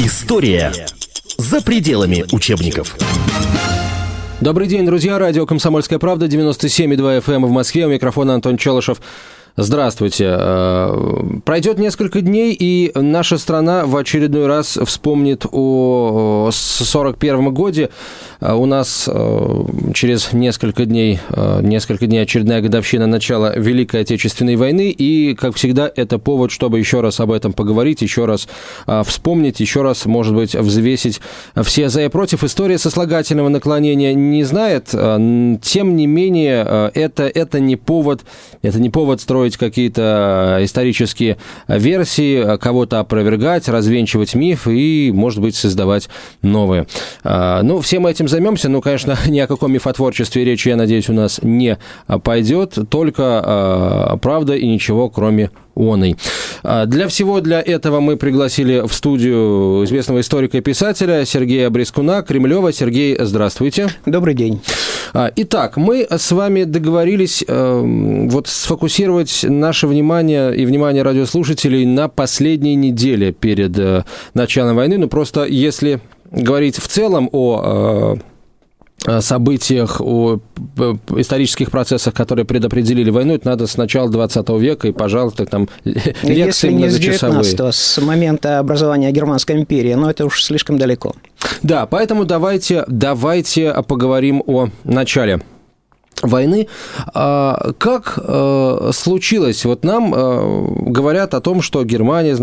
История за пределами учебников. Добрый день, друзья. Радио «Комсомольская правда», 97,2 FM в Москве. У микрофона Антон Челышев. Здравствуйте. Пройдет несколько дней, и наша страна в очередной раз вспомнит о 41-м годе. У нас через несколько дней очередная годовщина начала Великой Отечественной войны, и, как всегда, это повод, чтобы еще раз об этом поговорить, еще раз вспомнить, еще раз, может быть, взвесить все за и против. История сослагательного наклонения не знает, тем не менее, это не повод строить какие-то исторические версии, кого-то опровергать, развенчивать миф и, может быть, создавать новые. Ну, всем этим займемся. Ну, конечно, ни о каком мифотворчестве речи, я надеюсь, у нас не пойдет. Только правда и ничего, кроме оной. Для этого мы пригласили в студию известного историка и писателя Сергея Брескуна, Кремлева. Сергей, здравствуйте. Добрый день. Итак, мы с вами договорились сфокусировать наше внимание и внимание радиослушателей на последней неделе перед началом войны. Ну, просто если говорить в целом о событиях, о исторических процессах, которые предопределили войну, это надо с начала 20 века, и, пожалуйста, там лекции многочасовые. Если не с 19-го, с момента образования Германской империи, но это уж слишком далеко. Да, поэтому давайте поговорим о начале войны. Как случилось? Вот нам говорят о том, что Германия,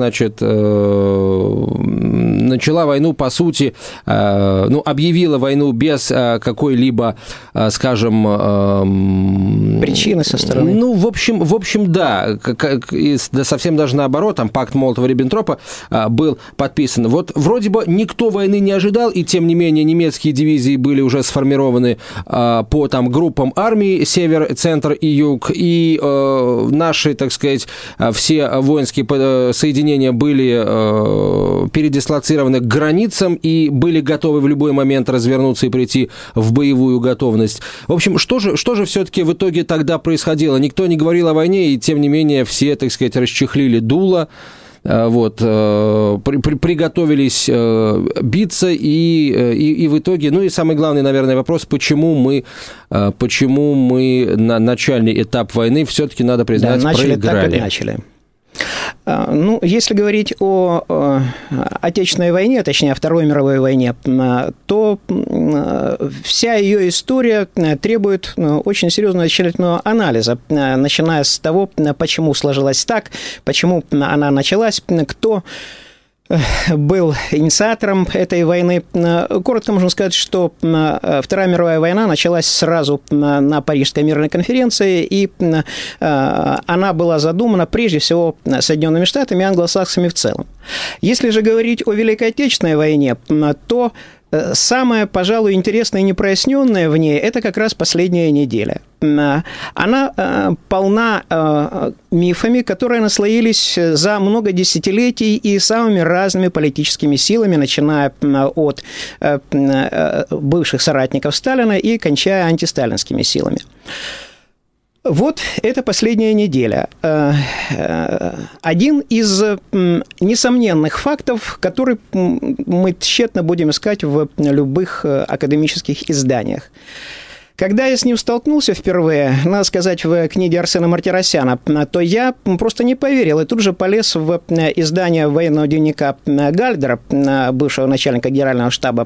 начала войну, по сути, объявила войну без какой-либо, скажем... причины со стороны. Ну, в общем, да. Совсем даже наоборот, там пакт Молотова-Риббентропа был подписан. Вот вроде бы никто войны не ожидал, и тем не менее немецкие дивизии были уже сформированы по группам армии, север, центр и юг, и наши, так сказать, все воинские соединения были передислоцированы к границам и были готовы в любой момент развернуться и прийти в боевую готовность. В общем, что же все-таки в итоге тогда происходило? Никто не говорил о войне, и тем не менее все, так сказать, расчехлили дуло, приготовились биться, и в итоге, ну и самый главный, наверное, вопрос, почему мы на начальный этап войны все-таки, надо признать, проиграли. Так, как начали. Ну, если говорить о Отечественной войне, точнее, о Второй мировой войне, то вся ее история требует очень серьезного тщательного анализа, начиная с того, почему сложилось так, почему она началась, кто был инициатором этой войны. Коротко можно сказать, что Вторая мировая война началась сразу на Парижской мирной конференции, и она была задумана прежде всего Соединенными Штатами и англосаксами в целом. Если же говорить о Великой Отечественной войне, то самое, пожалуй, интересное и непроясненное в ней – это как раз последняя неделя. Она полна мифами, которые наслоились за много десятилетий и самыми разными политическими силами, начиная от бывших соратников Сталина и кончая антисталинскими силами. Вот это последняя неделя. Один из несомненных фактов, который мы тщетно будем искать в любых академических изданиях. Когда я с ним столкнулся впервые, надо сказать, в книге Арсена Мартиросяна, то я просто не поверил и тут же полез в издание военного дневника Гальдера, бывшего начальника генерального штаба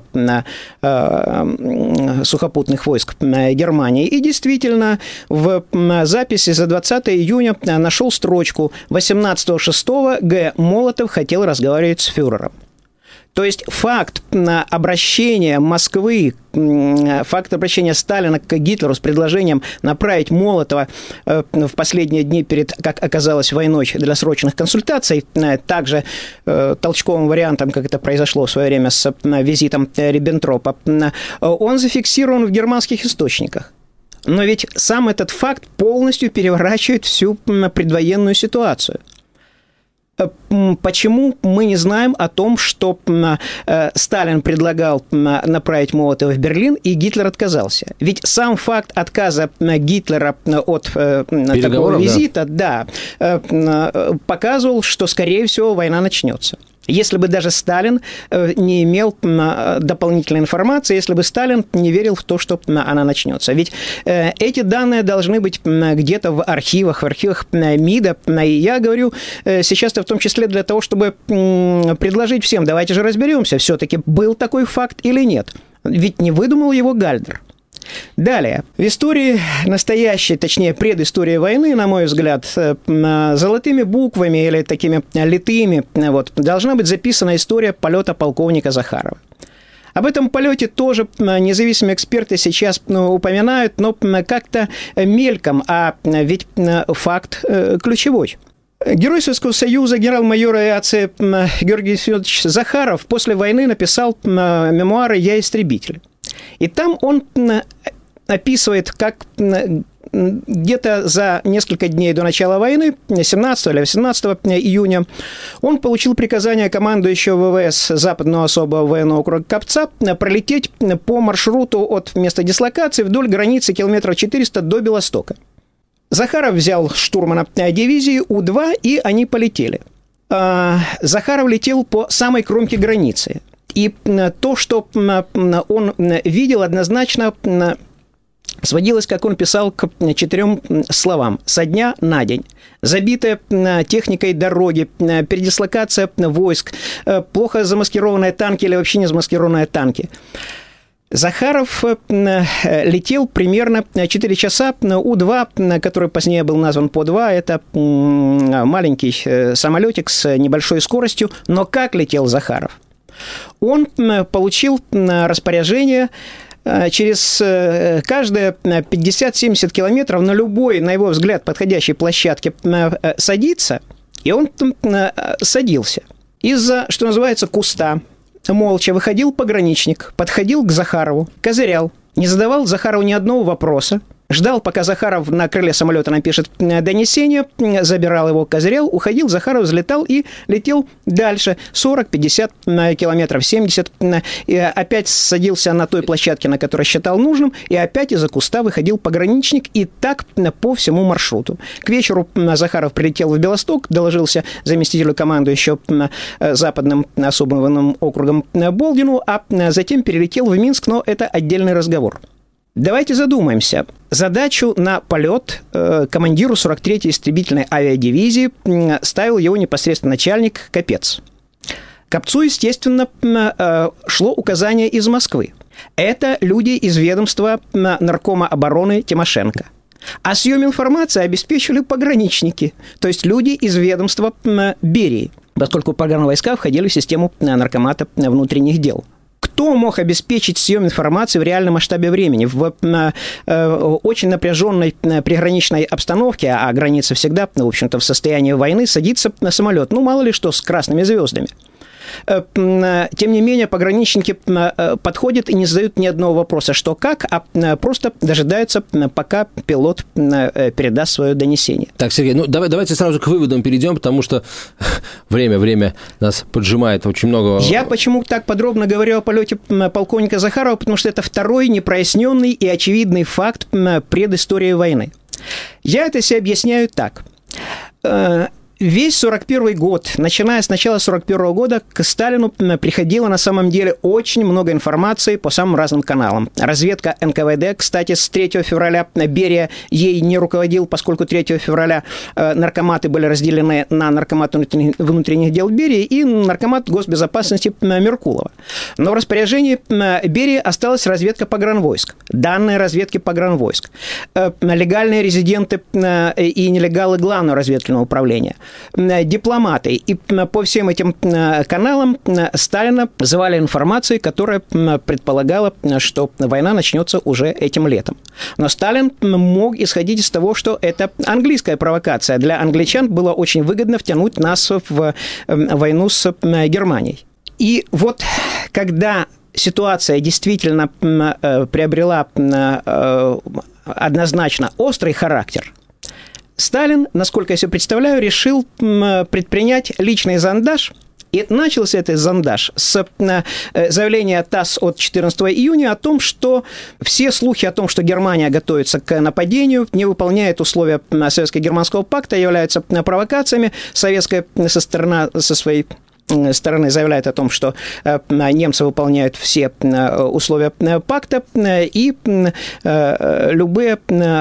сухопутных войск Германии. И действительно, в записи за 20 июня нашел строчку: 18.06 Г. Молотов хотел разговаривать с фюрером. То есть факт обращения Москвы, факт обращения Сталина к Гитлеру с предложением направить Молотова в последние дни перед, как оказалось, войной для срочных консультаций, также толчковым вариантом, как это произошло в свое время с визитом Риббентропа, он зафиксирован в германских источниках. Но ведь сам этот факт полностью переворачивает всю предвоенную ситуацию. Почему мы не знаем о том, что Сталин предлагал направить Молотова в Берлин, и Гитлер отказался? Ведь сам факт отказа Гитлера от такого визита, да, показывал, что, скорее всего, война начнется. Если бы даже Сталин не имел дополнительной информации, если бы Сталин не верил в то, что она начнется. Ведь эти данные должны быть где-то в архивах МИДа. И я говорю сейчас-то в том числе для того, чтобы предложить всем, давайте же разберемся, все-таки был такой факт или нет. Ведь не выдумал его Гальдер. Далее. В истории настоящей, точнее, предыстории войны, на мой взгляд, золотыми буквами или такими литыми должна быть записана история полета полковника Захарова. Об этом полете тоже независимые эксперты сейчас упоминают, но как-то мельком, а ведь факт ключевой. Герой Советского Союза, генерал-майор авиации Георгий Федорович Захаров после войны написал мемуары «Я истребитель». И там он описывает, как где-то за несколько дней до начала войны, 17 или 18 июня, он получил приказание командующего ВВС Западного особого военного округа Копца пролететь по маршруту от места дислокации вдоль границы километров 400 до Белостока. Захаров взял штурмана дивизии У-2, и они полетели. Захаров летел по самой кромке границы. И то, что он видел, однозначно сводилось, как он писал, к 4 словам. «Со дня на день». Забитая техникой дороги, передислокация войск, плохо замаскированные танки или вообще не замаскированные танки. Захаров летел примерно 4 часа. У-2, который позднее был назван По-2, это маленький самолетик с небольшой скоростью. Но как летел Захаров? Он получил распоряжение через каждые 50-70 километров на любой, на его взгляд, подходящей площадке садиться, и он садился. Из-за, что называется, куста молча выходил пограничник, подходил к Захарову, козырял, не задавал Захарову ни одного вопроса, ждал, пока Захаров на крыле самолета напишет донесение, забирал его, козырял, уходил, Захаров взлетал и летел дальше. 40-50 километров, 70. И опять садился на той площадке, на которой считал нужным, и опять из-за куста выходил пограничник, и так по всему маршруту. К вечеру Захаров прилетел в Белосток, доложился заместителю командующего Западным особым военным округом Болдину, а затем перелетел в Минск, но это отдельный разговор. Давайте задумаемся. Задачу на полет командиру 43-й истребительной авиадивизии ставил его непосредственно начальник Капец. Капцу, естественно, шло указание из Москвы. Это люди из ведомства наркома обороны Тимошенко. А съем информации обеспечивали пограничники, то есть люди из ведомства Берии, поскольку погранвойска входили в систему наркомата внутренних дел. Кто мог обеспечить съем информации в реальном масштабе времени? В очень напряженной приграничной обстановке, а граница всегда, в общем-то, в состоянии войны, садится на самолет. Ну, мало ли что, с красными звездами. Тем не менее, пограничники подходят и не задают ни одного вопроса, что как, а просто дожидаются, пока пилот передаст свое донесение. Так, Сергей, ну давайте сразу к выводам перейдем, потому что время нас поджимает очень много. Я почему так подробно говорю о полете полковника Захарова, потому что это второй непроясненный и очевидный факт предыстории войны. Я это себе объясняю так. Весь 41 год, начиная с начала 41 года, к Сталину приходило на самом деле очень много информации по самым разным каналам. Разведка НКВД, кстати, с 3 февраля Берия ей не руководил, поскольку 3 февраля наркоматы были разделены на наркомат внутренних дел Берии и наркомат госбезопасности Меркулова. Но в распоряжении Берии осталась разведка погранвойск, данные разведки погранвойск, легальные резиденты и нелегалы Главного разведывательного управления, дипломаты. И по всем этим каналам Сталина звали информацией, которая предполагала, что война начнется уже этим летом. Но Сталин мог исходить из того, что это английская провокация. Для англичан было очень выгодно втянуть нас в войну с Германией. И вот когда ситуация действительно приобрела однозначно острый характер, Сталин, насколько я себе представляю, решил предпринять личный зондаж. И начался этот зондаж с заявления ТАСС от 14 июня о том, что все слухи о том, что Германия готовится к нападению, не выполняет условия Советско-германского пакта, являются провокациями. Советская сторона со своей стороны заявляют о том, что немцы выполняют все условия пакта, и любые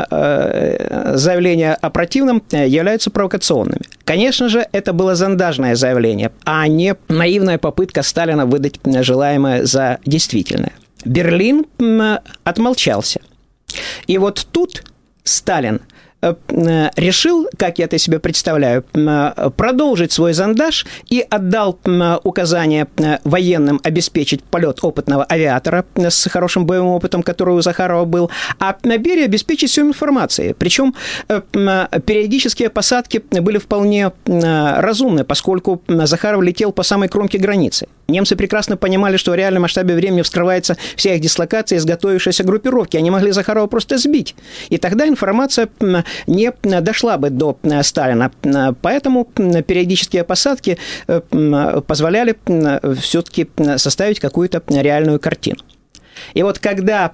заявления о противном являются провокационными. Конечно же, это было зондажное заявление, а не наивная попытка Сталина выдать желаемое за действительное. Берлин отмолчался. И вот тут Сталин решил, как я это себе представляю, продолжить свой зондаж и отдал указание военным обеспечить полет опытного авиатора с хорошим боевым опытом, который у Захарова был, а Берия обеспечить всю информацию. Причем периодические посадки были вполне разумны, поскольку Захаров летел по самой кромке границы. Немцы прекрасно понимали, что в реальном масштабе времени вскрывается вся их дислокация из готовившейся группировки. Они могли Захарова просто сбить. И тогда информация не дошла бы до Сталина. Поэтому периодические посадки позволяли все-таки составить какую-то реальную картину. И вот когда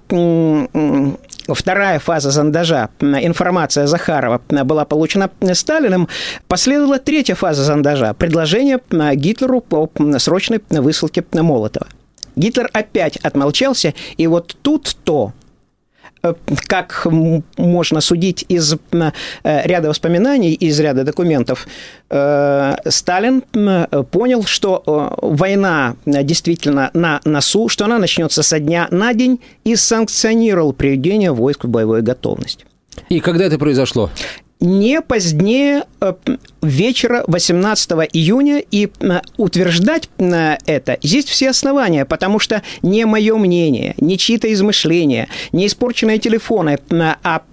вторая фаза зондажа, информация Захарова, была получена Сталиным, последовала третья фаза зондажа, предложение Гитлеру по срочной высылке Молотова. Гитлер опять отмолчался, и вот тут-то, как можно судить из ряда воспоминаний, из ряда документов, Сталин понял, что война действительно на носу, что она начнется со дня на день, и санкционировал приведение войск в боевую готовность. И когда это произошло? Не позднее вечера 18 июня, и утверждать это есть все основания, потому что не мое мнение, не чьи-то измышления, не испорченные телефоны, а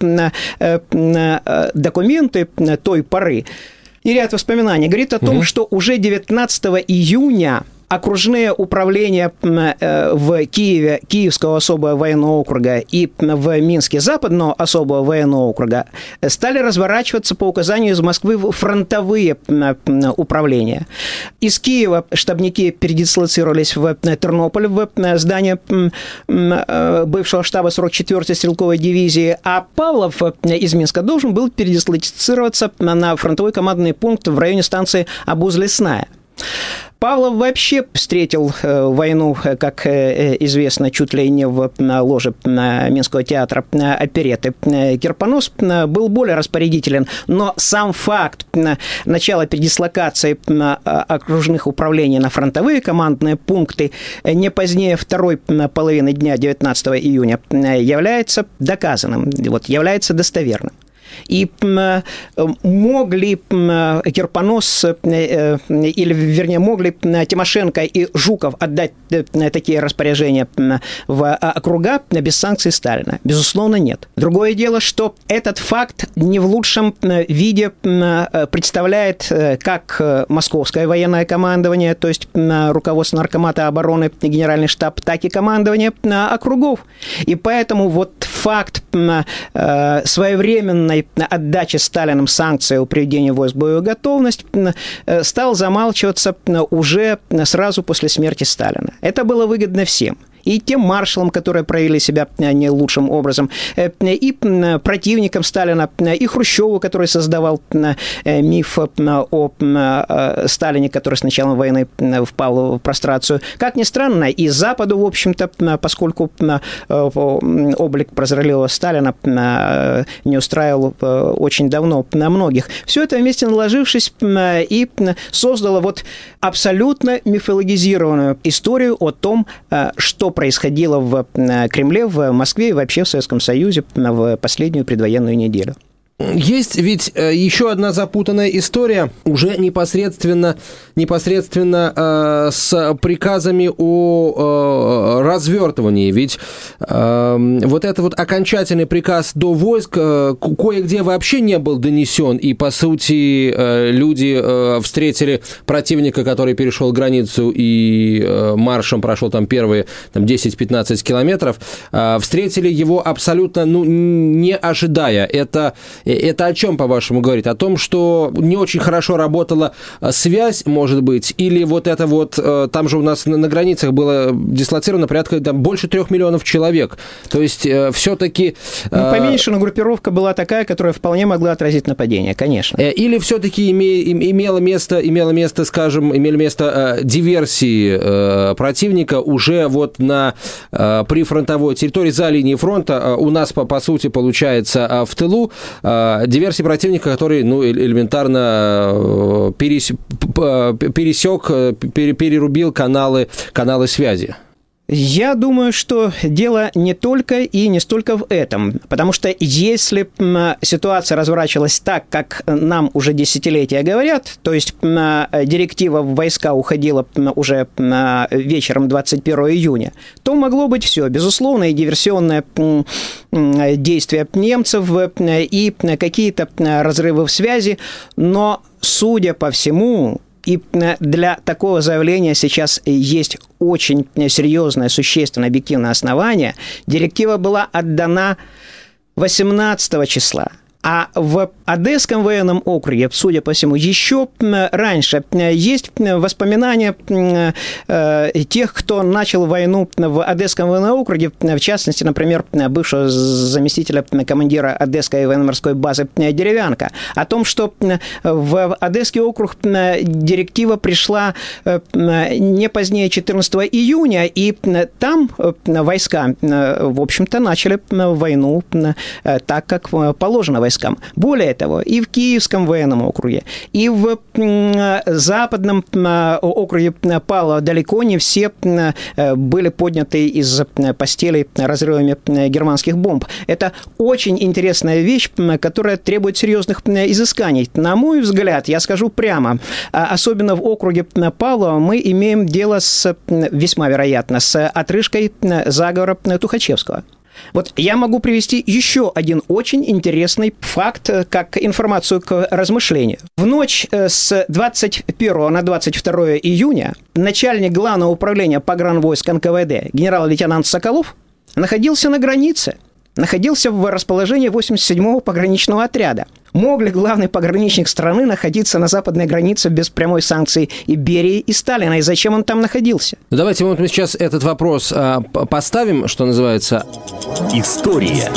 документы той поры и ряд воспоминаний говорит о том, что уже 19 июня окружные управления в Киеве Киевского особого военного округа и в Минске Западного особого военного округа стали разворачиваться по указанию из Москвы в фронтовые управления. Из Киева штабники передислоцировались в Тернополь, в здание бывшего штаба 44-й стрелковой дивизии, а Павлов из Минска должен был передислоцироваться на фронтовой командный пункт в районе станции Обуз-Лесная. Павлов вообще встретил войну, как известно, чуть ли не в ложе Минского театра оперетты. Кирпонос был более распорядителен, но сам факт начала передислокации окружных управлений на фронтовые командные пункты не позднее второй половины дня 19 июня является доказанным, является достоверным. И мог ли Кирпонос, или, вернее, могли Тимошенко и Жуков отдать такие распоряжения в округа без санкций Сталина? Безусловно, нет. Другое дело, что этот факт не в лучшем виде представляет как московское военное командование, то есть руководство Наркомата обороны, Генеральный штаб, так и командование округов. И поэтому вот факт своевременной отдачи Сталиным санкций о приведении войск в боевую готовность стал замалчиваться уже сразу после смерти Сталина. Это было выгодно всем. И тем маршалам, которые проявили себя не лучшим образом, и противникам Сталина, и Хрущеву, который создавал миф о Сталине, который с началом войны впал в прострацию. Как ни странно, и Западу, в общем-то, поскольку облик прозорливого Сталина не устраивал очень давно многих, все это вместе наложившись и создало вот абсолютно мифологизированную историю о том, что происходило в Кремле, в Москве и вообще в Советском Союзе в последнюю предвоенную неделю. Есть ведь еще одна запутанная история, уже непосредственно с приказами о развертывании. Ведь вот этот вот окончательный приказ до войск кое-где вообще не был донесен, и, по сути, люди встретили противника, который перешел границу и маршем прошел там первые 10-15 километров, встретили его абсолютно не ожидая. Это о чем, по-вашему, говорит? О том, что не очень хорошо работала связь, может быть, или вот это вот, там же у нас на границах было дислоцировано порядка больше 3 миллионов человек. То есть все-таки... поменьше, но группировка была такая, которая вполне могла отразить нападение, конечно. Или все-таки имели место, диверсии противника уже вот на прифронтовой территории, за линией фронта, у нас, по сути, получается, в тылу, диверсии противника, который, элементарно перерубил каналы связи. Я думаю, что дело не только и не столько в этом, потому что если ситуация разворачивалась так, как нам уже десятилетия говорят, то есть директива в войска уходила уже вечером 21 июня, то могло быть все. Безусловно, и диверсионное действие немцев, и какие-то разрывы в связи, но, судя по всему... И для такого заявления сейчас есть очень серьезное, существенное, объективное основание. Директива была отдана 18 числа. А в Одесском военном округе, судя по всему, еще раньше есть воспоминания тех, кто начал войну в Одесском военном округе, в частности, например, бывшего заместителя командира Одесской военно-морской базы Деревянко, о том, что в Одесский округ директива пришла не позднее 14 июня, и там войска, в общем-то, начали войну так, как положено войскам. Более того, и в Киевском военном округе, и в Западном округе Павлова далеко не все были подняты из постелей разрывами германских бомб. Это очень интересная вещь, которая требует серьезных изысканий. На мой взгляд, я скажу прямо, особенно в округе Павлова мы имеем дело весьма вероятно с отрыжкой заговора Тухачевского. Вот я могу привести еще один очень интересный факт, как информацию к размышлению. В ночь с 21 на 22 июня начальник Главного управления погранвойск НКВД генерал-лейтенант Соколов находился на границе, находился в расположении 87-го пограничного отряда. Мог ли главный пограничник страны находиться на западной границе без прямой санкции и Берии, и Сталина? И зачем он там находился? Давайте мы сейчас этот вопрос поставим, что называется. История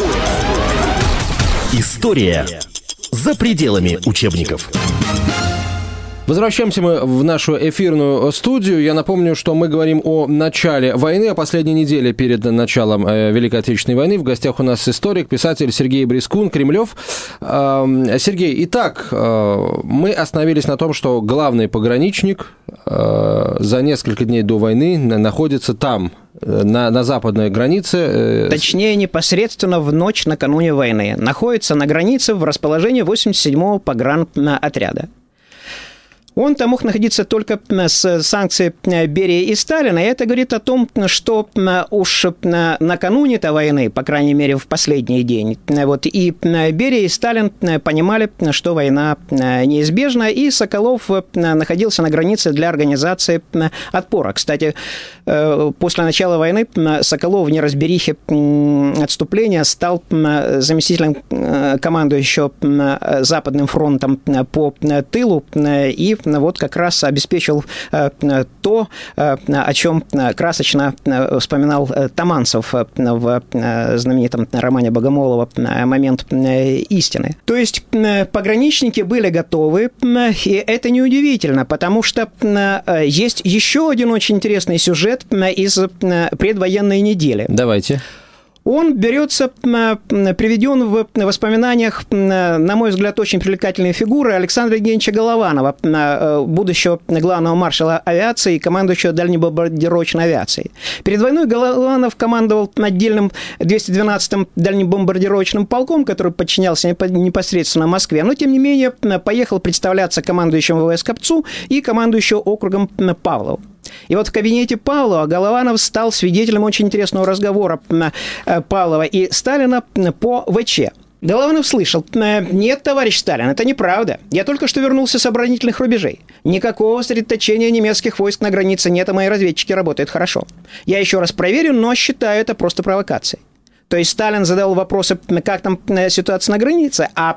за пределами учебников. Возвращаемся мы в нашу эфирную студию. Я напомню, что мы говорим о начале войны, о последней неделе перед началом Великой Отечественной войны. В гостях у нас историк, писатель Сергей Брискун, Кремлев. Сергей, итак, мы остановились на том, что главный пограничник за несколько дней до войны находится там, на западной границе. Точнее, непосредственно в ночь накануне войны. Находится на границе в расположении 87-го погранотряда. Он там мог находиться только с санкцией Берии и Сталина, и это говорит о том, что уж накануне-то войны, по крайней мере, в последний день, вот, и Берия, и Сталин понимали, что война неизбежна, и Соколов находился на границе для организации отпора. Кстати, после начала войны Соколов в неразберихе отступления стал заместителем командующего Западным фронтом по тылу, и вот как раз обеспечил то, о чем красочно вспоминал Таманцев в знаменитом романе Богомолова «Момент истины». То есть пограничники были готовы, и это неудивительно, потому что есть еще один очень интересный сюжет из предвоенной недели. Давайте. Он берется, приведен в воспоминаниях, на мой взгляд, очень привлекательной фигуры Александра Евгеньевича Голованова, будущего главного маршала авиации и командующего дальнебомбардировочной авиацией. Перед войной Голованов командовал отдельным 212-м дальнебомбардировочным полком, который подчинялся непосредственно Москве, но, тем не менее, поехал представляться командующему ВВС Копцу и командующему округом Павлову. И вот в кабинете Павлова Голованов стал свидетелем очень интересного разговора Павлова и Сталина по ВЧ. Голованов слышал: «Нет, товарищ Сталин, это неправда. Я только что вернулся с оборонительных рубежей. Никакого сосредоточения немецких войск на границе нет, а мои разведчики работают хорошо. Я еще раз проверю, но считаю это просто провокацией». То есть Сталин задал вопросы, как там ситуация на границе, а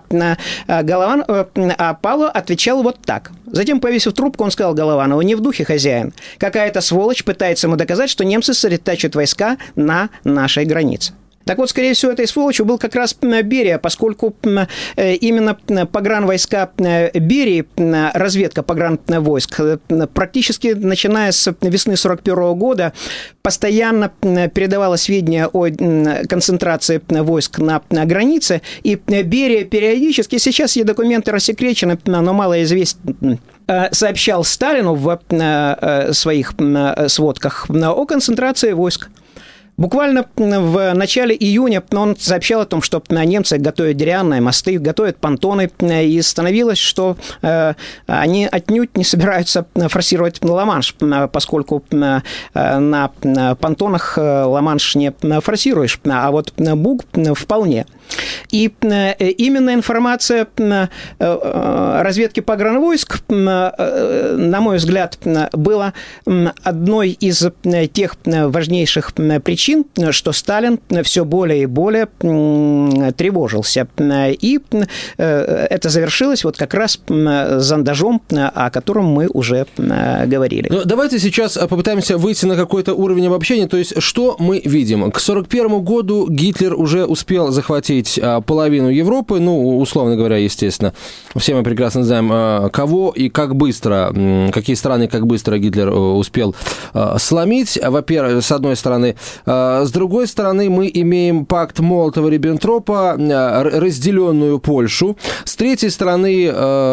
Павлов отвечал вот так. Затем, повесив трубку, он сказал Голованову: не в духе, хозяин. Какая-то сволочь пытается ему доказать, что немцы сосредотачивают войска на нашей границе. Так вот, скорее всего, этой сволочью был как раз Берия, поскольку именно погранвойска Берии, разведка погранвойск, практически начиная с весны 1941 года постоянно передавала сведения о концентрации войск на границе, и Берия периодически, сейчас ее документы рассекречены, но мало известны, сообщал Сталину в своих сводках о концентрации войск. Буквально в начале июня он сообщал о том, что немцы готовят деревянные мосты, готовят понтоны, и становилось, что они отнюдь не собираются форсировать Ла-Манш, поскольку на понтонах Ла-Манш не форсируешь, а вот Буг вполне. И именно информация разведки погранвойск, на мой взгляд, была одной из тех важнейших причин, что Сталин все более и более тревожился. И это завершилось вот как раз зондажом, о котором мы уже говорили. Но давайте сейчас попытаемся выйти на какой-то уровень обобщения. То есть, что мы видим? К 1941 году Гитлер уже успел захватить половину Европы, ну, условно говоря, естественно. Все мы прекрасно знаем, кого и как быстро, какие страны как быстро Гитлер успел сломить, во-первых, с одной стороны. С другой стороны, мы имеем пакт Молотова-Риббентропа, разделенную Польшу. С третьей стороны,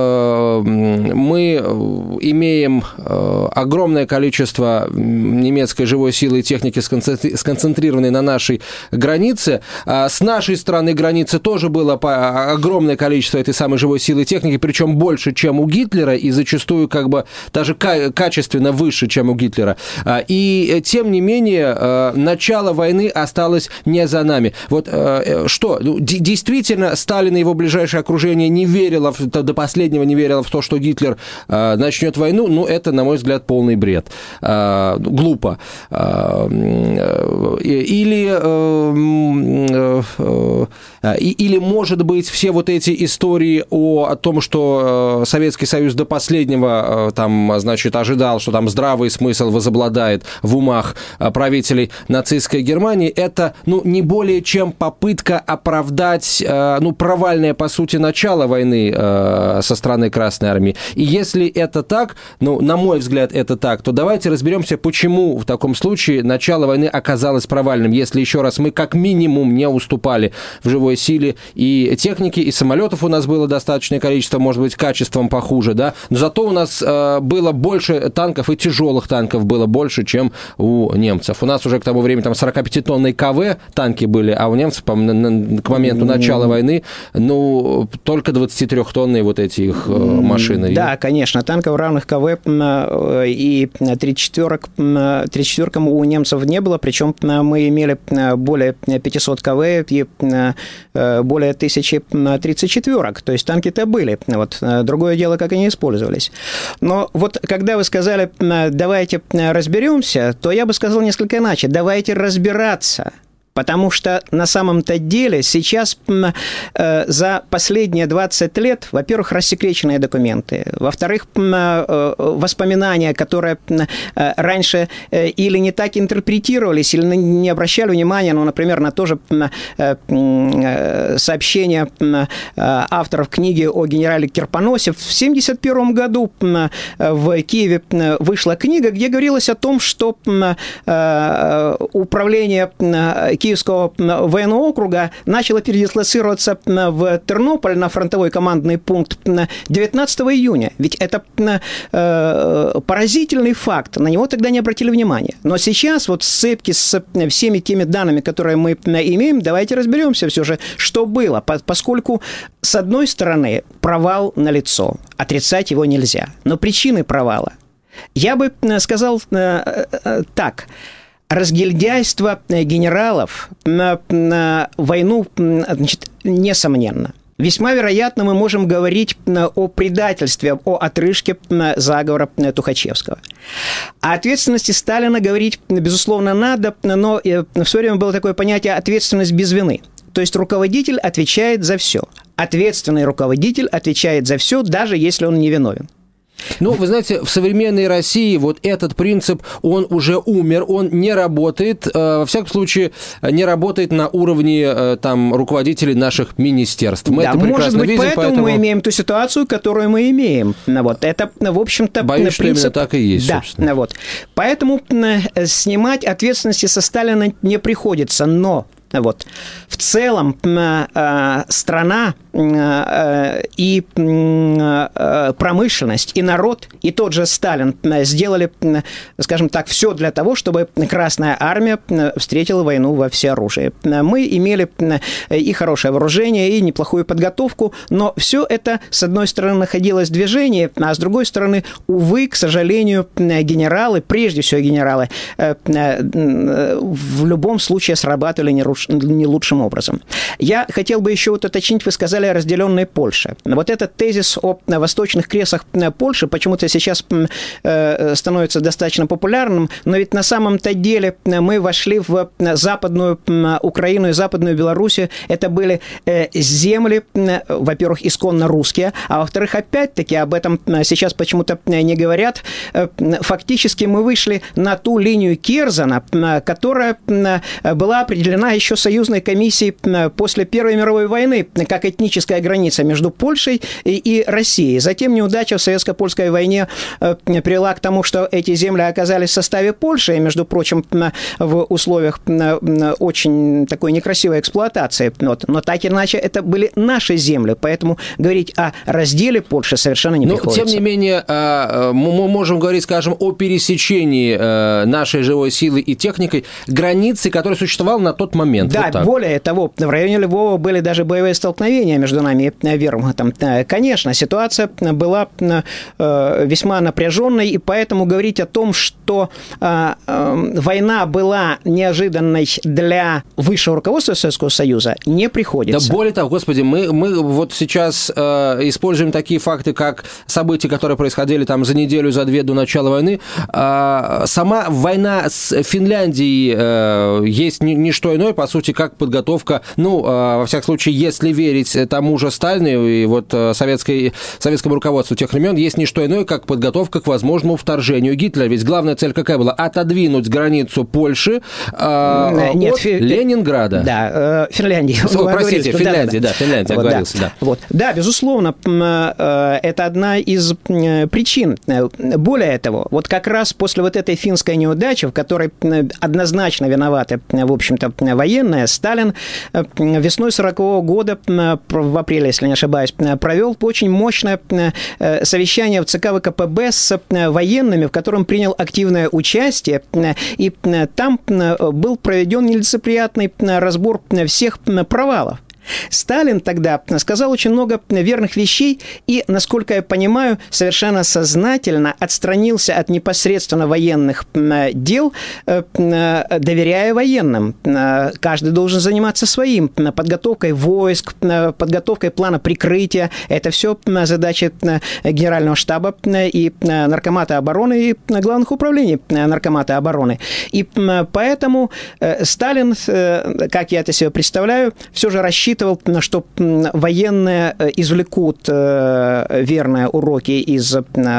мы имеем огромное количество немецкой живой силы и техники, сконцентрированной на нашей границе. С нашей стороны границы тоже было огромное количество этой самой живой силы и техники, причем больше, чем у Гитлера, и зачастую как бы даже качественно выше, чем у Гитлера. И тем не менее, начало войны осталось не за нами. Вот что? Действительно, Сталин и его ближайшее окружение не верило, до последнего не верило в то, что Гитлер начнет войну. Ну, это, на мой взгляд, полный бред. Глупо. Или, может быть, все вот эти истории о том, что Советский Союз до последнего там, значит, ожидал, что там здравый смысл возобладает в умах правителей нацистской Германии, это, ну, не более чем попытка оправдать, ну, провальное, по сути, начало войны со стороны Красной Армии. И если это так, ну, на мой взгляд, это так, то давайте разберемся, почему в таком случае начало войны оказалось провальным, если, еще раз, мы как минимум не уступали в живой силе и техники, и самолетов у нас было достаточное количество, может быть, качеством похуже, да, но зато у нас было больше танков, и тяжелых танков было больше, чем у немцев. У нас уже к тому времени там 45-тонные КВ танки были, а у немцев к моменту начала войны, ну, только 23-тонные вот эти их машины. Да, конечно, танков равных КВ и 34-кам у немцев не было, причем мы имели более 500 КВ и более 1034-ок, то есть танки-то были. Вот. Другое дело, как они использовались. Но вот когда вы сказали, давайте разберемся, то я бы сказал несколько иначе. Давайте разбираться. Потому что на самом-то деле сейчас за последние 20 лет, во-первых, рассекреченные документы, во-вторых, воспоминания, которые раньше или не так интерпретировались, или не обращали внимания, ну, например, на то же сообщение авторов книги о генерале Кирпоносе. В 1971 году в Киеве вышла книга, где говорилось о том, что управление Киевского военного округа начало передислоцироваться в Тернополь на фронтовой командный пункт 19 июня. Ведь это поразительный факт, на него тогда не обратили внимания. Но сейчас вот в сцепке с всеми теми данными, которые мы имеем, давайте разберемся все же, что было. Поскольку, с одной стороны, провал налицо, отрицать его нельзя. Но причины провала, я бы сказал так. Разгильдяйство генералов на войну, значит, несомненно. весьма вероятно мы можем говорить о предательстве, о отрыжке заговора Тухачевского. О ответственности Сталина говорить, безусловно, надо, но в свое время было такое понятие «ответственность без вины». То есть руководитель отвечает за все. Ответственный руководитель отвечает за все, даже если он невиновен. Ну, вы знаете, в современной России вот этот принцип, он уже умер, он не работает, во всяком случае, не работает на уровне там руководителей наших министерств. Мы это прекрасно может быть, видим, поэтому мы имеем ту ситуацию, которую мы имеем. Вот. Это, в общем-то, боюсь, принцип... что именно так и есть, да, собственно. Вот. Поэтому снимать ответственности со Сталина не приходится, но... Вот. В целом страна и промышленность, и народ, и тот же Сталин сделали, скажем так, все для того, чтобы Красная Армия встретила войну во всеоружии. Мы имели и хорошее вооружение, и неплохую подготовку, но все это, с одной стороны, находилось в движении, а с другой стороны, увы, к сожалению, генералы, прежде всего генералы, в любом случае срабатывали не лучшим образом. Я хотел бы еще вот уточнить, вы сказали о разделенной Польше. Вот этот тезис о восточных креслах Польши почему-то сейчас становится достаточно популярным, но ведь на самом-то деле мы вошли в западную Украину и западную Белоруссию. Это были земли, во-первых, исконно русские, а во-вторых, опять-таки, об этом сейчас почему-то не говорят. Фактически мы вышли на ту линию Керзена, которая была определена еще Союзной комиссией после Первой мировой войны как этническая граница между Польшей и Россией. Затем неудача в советско-польской войне привела к тому, что эти земли оказались в составе Польши, и, между прочим, в условиях очень такой некрасивой эксплуатации. Но так или иначе, это были наши земли, поэтому говорить о разделе Польши совершенно не приходится. Но, тем не менее, мы можем говорить, скажем, о пересечении нашей живой силы и техникой границы, которая существовала на тот момент. Да, вот более того, в районе Львова были даже боевые столкновения между нами и Вермахтом. Конечно, ситуация была весьма напряженной, и поэтому говорить о том, что война была неожиданной для высшего руководства Советского Союза, не приходится. Да более того, господи, мы вот сейчас используем такие факты, как события, которые происходили там за неделю, за две до начала войны. Сама война с Финляндией есть не что иное, по сути, как подготовка, во всяком случае, если верить тому же Сталину и вот советскому руководству тех времен, есть не что иное, как подготовка к возможному вторжению Гитлера. Ведь главная цель какая была? Отодвинуть границу Польши от Ленинграда. Да, Финляндии. Простите, Финляндии, да, Финляндия, оговорился, да. Вот. Да, безусловно, это одна из причин. Более того, вот как раз после вот этой финской неудачи, в которой однозначно виноваты, в общем-то, военные, Сталин весной 1940 года, в апреле, если не ошибаюсь, провел очень мощное совещание в ЦК ВКПБ с военными, в котором принял активное участие, и там был проведен нелицеприятный разбор всех провалов. Сталин тогда сказал очень много верных вещей и, насколько я понимаю, совершенно сознательно отстранился от непосредственно военных дел, доверяя военным. Каждый должен заниматься своим. Подготовкой войск, подготовкой плана прикрытия. Это все задачи Генерального штаба и Наркомата обороны, и главных управлений Наркомата обороны. И поэтому Сталин, как я это себе представляю, все же рассчитывал, что военные извлекут верные уроки из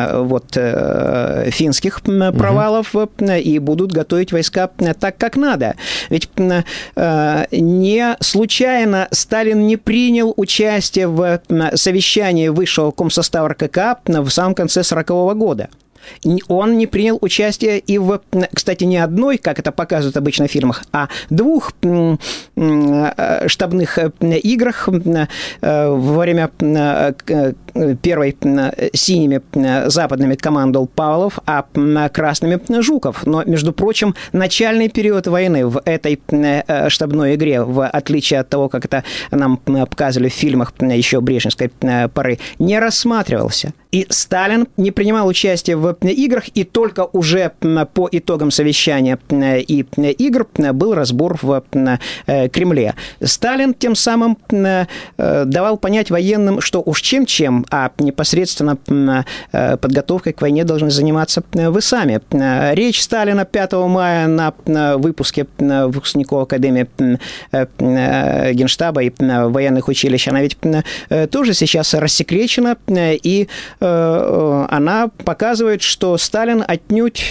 финских провалов и будут готовить войска так, как надо. Ведь не случайно Сталин не принял участие в совещании высшего комсостава РККА в самом конце 1940 года. Он не принял участие и в, кстати, не одной, как это показывают обычно в фильмах, а двух штабных играх во время первой синими западными командовал Павлов, а красными Жуков. Но, между прочим, начальный период войны в этой штабной игре, в отличие от того, как это нам показывали в фильмах еще брежневской поры, не рассматривался. И Сталин не принимал участие в играх, и только уже по итогам совещания и игр был разбор в Кремле. Сталин тем самым давал понять военным, что уж чем-чем, а непосредственно подготовкой к войне должны заниматься вы сами. Речь Сталина 5 мая на выпуске выпускников Академии Генштаба и военных училищ, она ведь тоже сейчас рассекречена, и она показывает, что Сталин отнюдь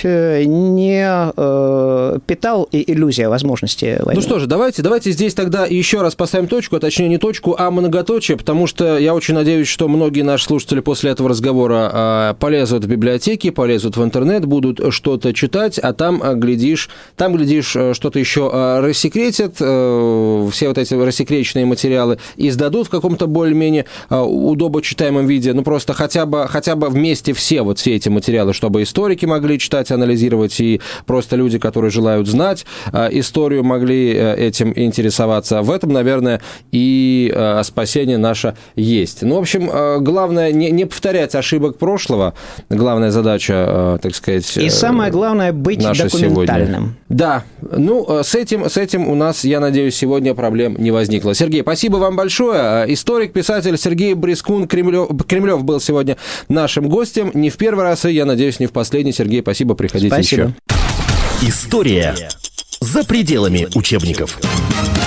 не питал иллюзии возможности войны. Ну что же, давайте здесь тогда еще раз поставим точку, а точнее не точку, а многоточие, потому что я очень надеюсь, что многие наши слушатели после этого разговора полезут в библиотеки, полезут в интернет, будут что-то читать, а там, глядишь, что-то еще рассекретят, все вот эти рассекреченные материалы издадут в каком-то более-менее удобочитаемом виде, ну просто хотя бы вместе все эти материалы, чтобы историки могли читать, анализировать, и просто люди, которые желают знать историю, могли этим интересоваться. В этом, наверное, и спасение наше есть. Ну, в общем, главное не повторять ошибок прошлого, главная задача, так сказать, и самое главное быть документальным. Сегодня. Да, ну, с этим у нас, я надеюсь, сегодня проблем не возникло. Сергей, спасибо вам большое. Историк, писатель Сергей Брискун Кремлев был сегодня нашим гостем. Не в первый раз, и, я надеюсь, не в последний. Сергей, спасибо, приходите еще. История за пределами учебников.